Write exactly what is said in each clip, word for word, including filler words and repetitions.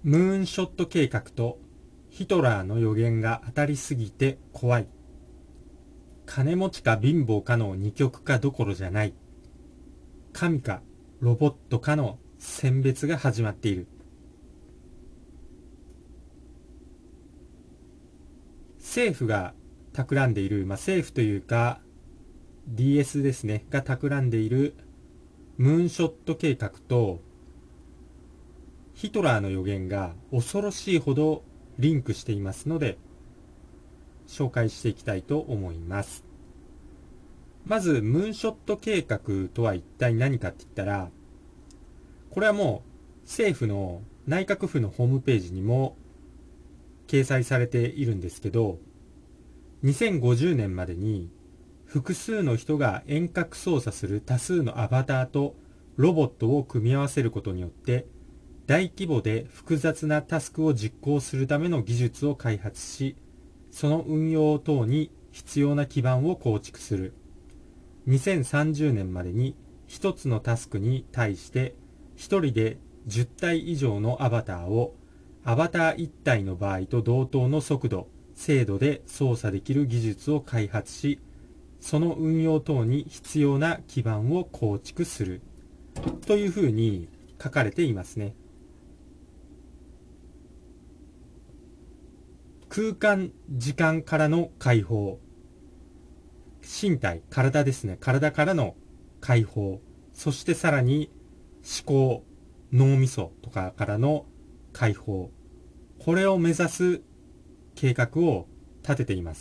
ムーンショット計画とヒトラーの予言が当たりすぎて怖い。金持ちか貧乏かの二極化どころじゃない。神かロボットかの選別が始まっている。政府が企んでいる、まあ、政府というか ディーエス ですねが企んでいるムーンショット計画とヒトラーの予言が恐ろしいほどリンクしていますので紹介していきたいと思います。まずムーンショット計画とは一体何かって言ったら、これはもう政府の内閣府のホームページにも掲載されているんですけど、にせんごじゅうねんまでに複数の人が遠隔操作する多数のアバターとロボットを組み合わせることによって大規模で複雑なタスクを実行するための技術を開発し、その運用等に必要な基盤を構築する。にせんさんじゅうねんまでにひとつのタスクに対してひとりでじゅったい以上のアバターをアバターいち体の場合と同等の速度、精度で操作できる技術を開発し、その運用等に必要な基盤を構築するというふうに書かれていますね。空間、時間からの解放。身体、体ですね。体からの解放。そしてさらに思考、脳みそとかからの解放。これを目指す計画を立てています。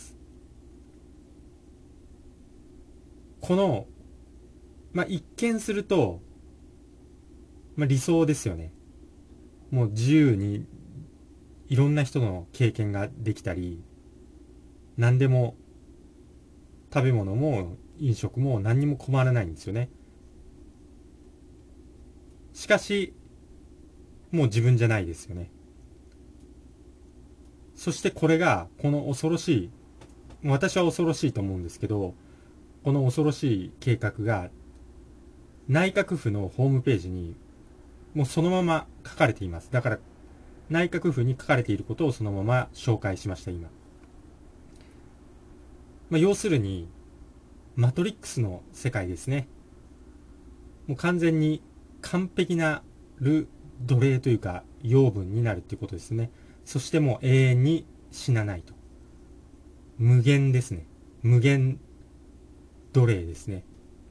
この、まあ、一見すると、まあ、理想ですよね。もう自由にいろんな人の経験ができたり、何でも食べ物も飲食も何にも困らないんですよね。しかし、もう自分じゃないですよね。そしてこれが、この恐ろしい、私は恐ろしいと思うんですけど、この恐ろしい計画が内閣府のホームページにもうそのまま書かれています。だから内閣府に書かれていることをそのまま紹介しました、今。まあ、要するに、マトリックスの世界ですね。もう完全に完璧なる奴隷というか養分になるっていうことですね。そしてもう永遠に死なないと。無限ですね。無限奴隷ですね。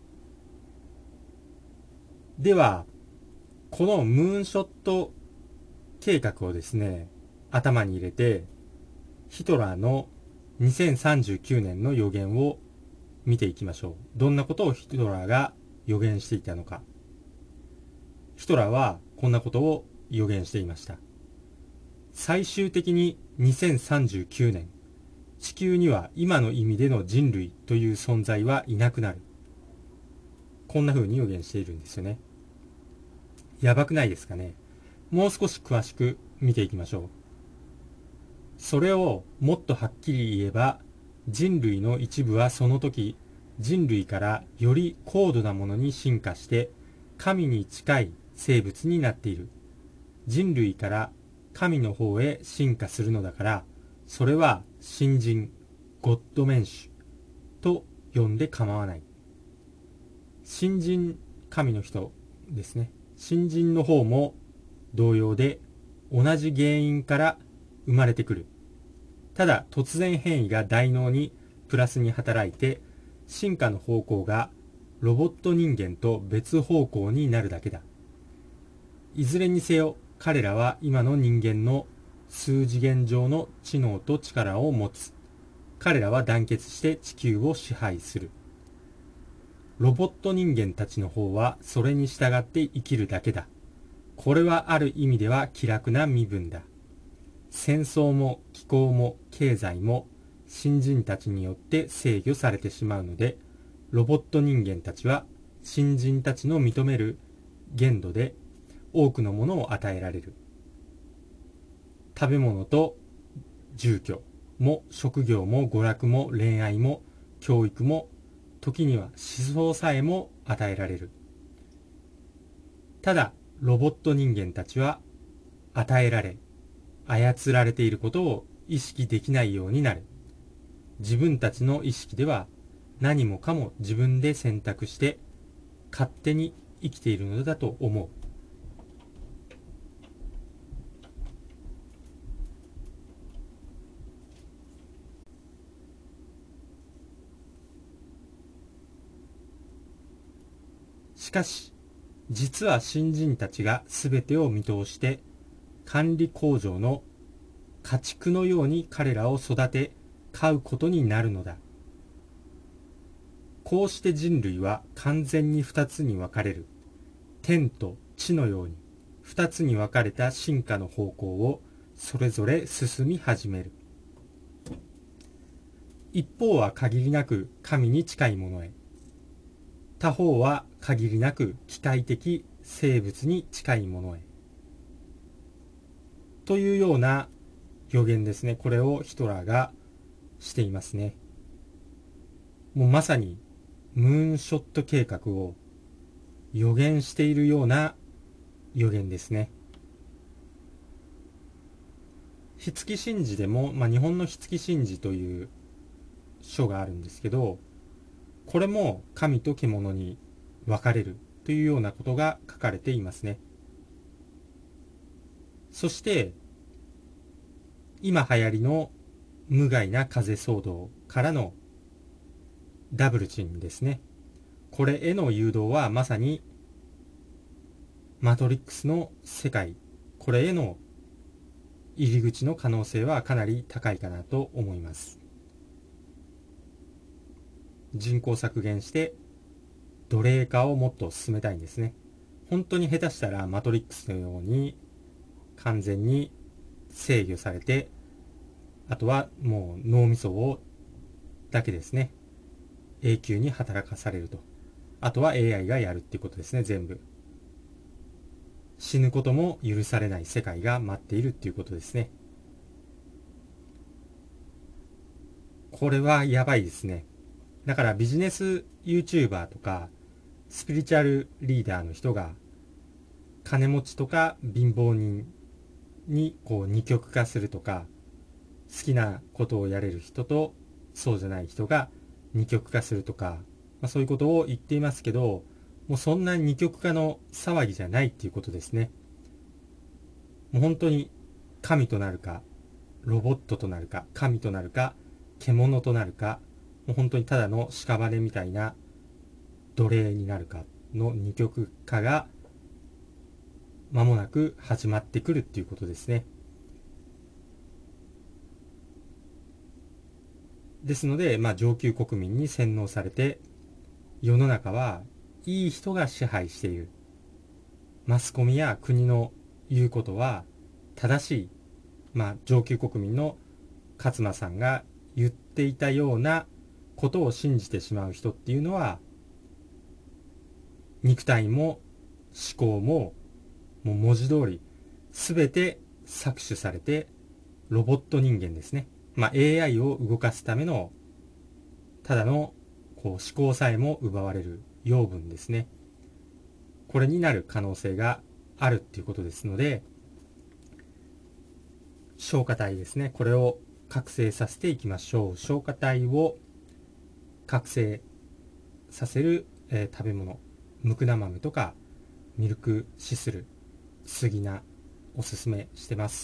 では、このムーンショット計画をですね、頭に入れて、ヒトラーのにせんさんじゅうきゅうねんの予言を見ていきましょう。どんなことをヒトラーが予言していたのか。ヒトラーはこんなことを予言していました。最終的ににせんさんじゅうきゅうねん、地球には今の意味での人類という存在はいなくなる。こんな風に予言しているんですよね。やばくないですかね。もう少し詳しく見ていきましょう。それをもっとはっきり言えば、人類の一部はその時、人類からより高度なものに進化して、神に近い生物になっている。人類から神の方へ進化するのだから、それは神人、ゴッドメンシュと呼んで構わない。神人、神の人ですね。神人の方も同様で、同じ原因から生まれてくる。ただ突然変異が大脳にプラスに働いて、進化の方向がロボット人間と別方向になるだけだ。いずれにせよ彼らは今の人間の数次元上の知能と力を持つ。彼らは団結して地球を支配する。ロボット人間たちの方はそれに従って生きるだけだ。これはある意味では気楽な身分だ。戦争も気候も経済も新人たちによって制御されてしまうので、ロボット人間たちは新人たちの認める限度で多くのものを与えられる。食べ物と住居も職業も娯楽も恋愛も教育も時には思想さえも与えられる。ただロボット人間たちは与えられ操られていることを意識できないようになる。自分たちの意識では何もかも自分で選択して勝手に生きているのだと思う。しかし、実は新人たちが全てを見通して管理工場の家畜のように彼らを育て飼うことになるのだ。こうして人類は完全に二つに分かれる。天と地のように二つに分かれた進化の方向をそれぞれ進み始める。一方は限りなく神に近いものへ。他方は限りなく機械的生物に近いものへ。というような予言ですね。これをヒトラーがしていますね。もうまさにムーンショット計画を予言しているような予言ですね。筆記神事でも、まあ、日本の筆記神事という書があるんですけど、これも神と獣に分かれるというようなことが書かれていますね。そして今流行りの無害な風騒動からのダブルチンですね。これへの誘導はまさにマトリックスの世界、これへの入り口の可能性はかなり高いかなと思います。人口削減して奴隷化をもっと進めたいんですね。本当に下手したらマトリックスのように完全に制御されて、あとはもう脳みそをだけですね、永久に働かされると。あとは エーアイ がやるっていうことですね。全部死ぬことも許されない世界が待っているっていうことですね。これはやばいですね。だからビジネス YouTuber とかスピリチュアルリーダーの人が金持ちとか貧乏人にこう二極化するとか、好きなことをやれる人とそうじゃない人が二極化するとか、まあ、そういうことを言っていますけど、もうそんな二極化の騒ぎじゃないっていうことですね。もう本当に神となるかロボットとなるか、神となるか獣となるか、もう本当にただの屍みたいな奴隷になるかの二極化が間もなく始まってくるっていうことですね。ですので、まあ、上級国民に洗脳されて、世の中はいい人が支配している。マスコミや国の言うことは正しい。まあ、上級国民の勝間さんが言っていたようなことを信じてしまう人っていうのは、肉体も思考ももう文字通り全て搾取されてロボット人間ですね。まあ、エーアイ を動かすためのただのこう思考さえも奪われる養分ですね。これになる可能性があるっていうことですので、消化体ですね。これを覚醒させていきましょう。消化体を覚醒させる、えー食べ物、ムクナ豆とかミルクシスル、杉菜おすすめしてます。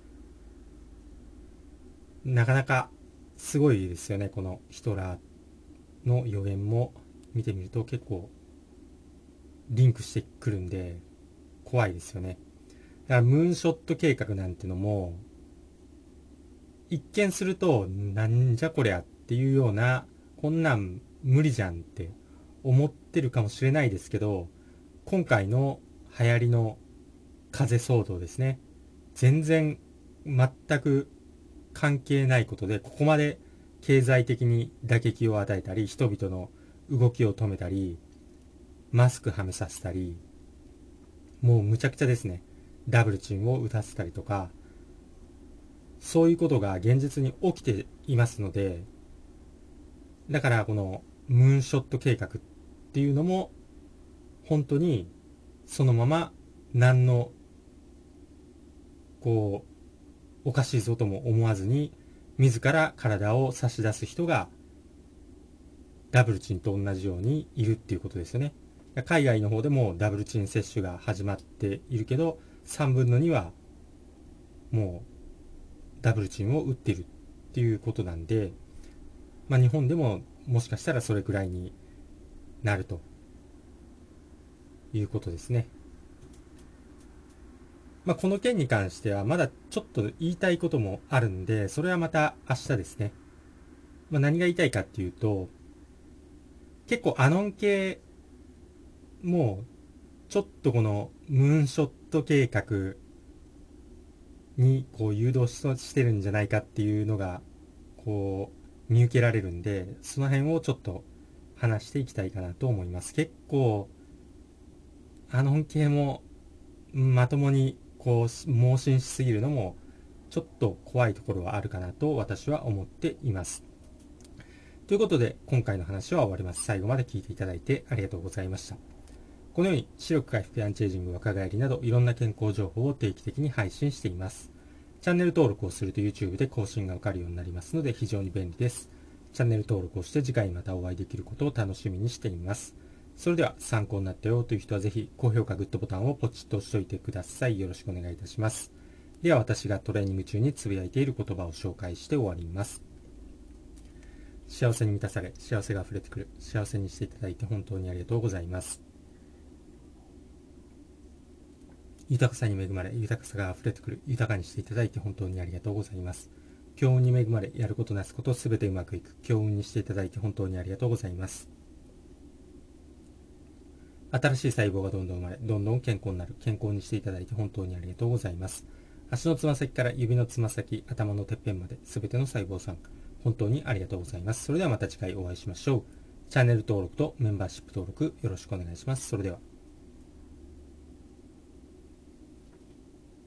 なかなかすごいですよね。このヒトラーの予言も見てみると結構リンクしてくるんで怖いですよね。だからムーンショット計画なんてのも一見するとなんじゃこりゃっていうような、こんなん無理じゃんって思ってるかもしれないですけど、今回の流行りの風騒動ですね、全然全く関係ないことでここまで経済的に打撃を与えたり、人々の動きを止めたり、マスクはめさせたり、もうむちゃくちゃですね。ダブルチンを打たせたりとか、そういうことが現実に起きていますので、だからこのムーンショット計画っていうのも本当にそのまま何のこおかしいぞとも思わずに自ら体を差し出す人がダブルチンと同じようにいるっていうことですよね。海外の方でもダブルチン接種が始まっているけど、さんぶんのにはもうダブルチンを打っているっていうことなんで、まあ、日本でももしかしたらそれくらいになるということですね。まあ、この件に関してはまだちょっと言いたいこともあるんで、それはまた明日ですね。まあ、何が言いたいかっていうと、結構アノン系もちょっとこのムーンショット計画にこう誘導してるんじゃないかっていうのがこう見受けられるんで、その辺をちょっと話していきたいかなと思います。結構アノン系もまともにこう盲信しすぎるのもちょっと怖いところはあるかなと私は思っています。ということで今回の話は終わります。最後まで聞いていただいてありがとうございました。このように視力回復やアンチエイジング、若返りなどいろんな健康情報を定期的に配信しています。チャンネル登録をすると YouTube で更新がわかるようになりますので非常に便利です。チャンネル登録をして次回またお会いできることを楽しみにしています。それでは参考になったよという人はぜひ高評価、グッドボタンをポチッと押しておいてください。よろしくお願いいたします。では私がトレーニング中につぶやいている言葉を紹介して終わります。幸せに満たされ、幸せが溢れてくる。幸せにしていただいて本当にありがとうございます。豊かさに恵まれ、豊かさが溢れてくる。豊かにしていただいて本当にありがとうございます。強運に恵まれ、やることなすことすべてうまくいく。強運にしていただいて本当にありがとうございます。新しい細胞がどんどん生まれ、どんどん健康になる。健康にしていただいて本当にありがとうございます。足のつま先から指のつま先、頭のてっぺんまで、すべての細胞さん、本当にありがとうございます。それではまた次回お会いしましょう。チャンネル登録とメンバーシップ登録よろしくお願いします。それでは。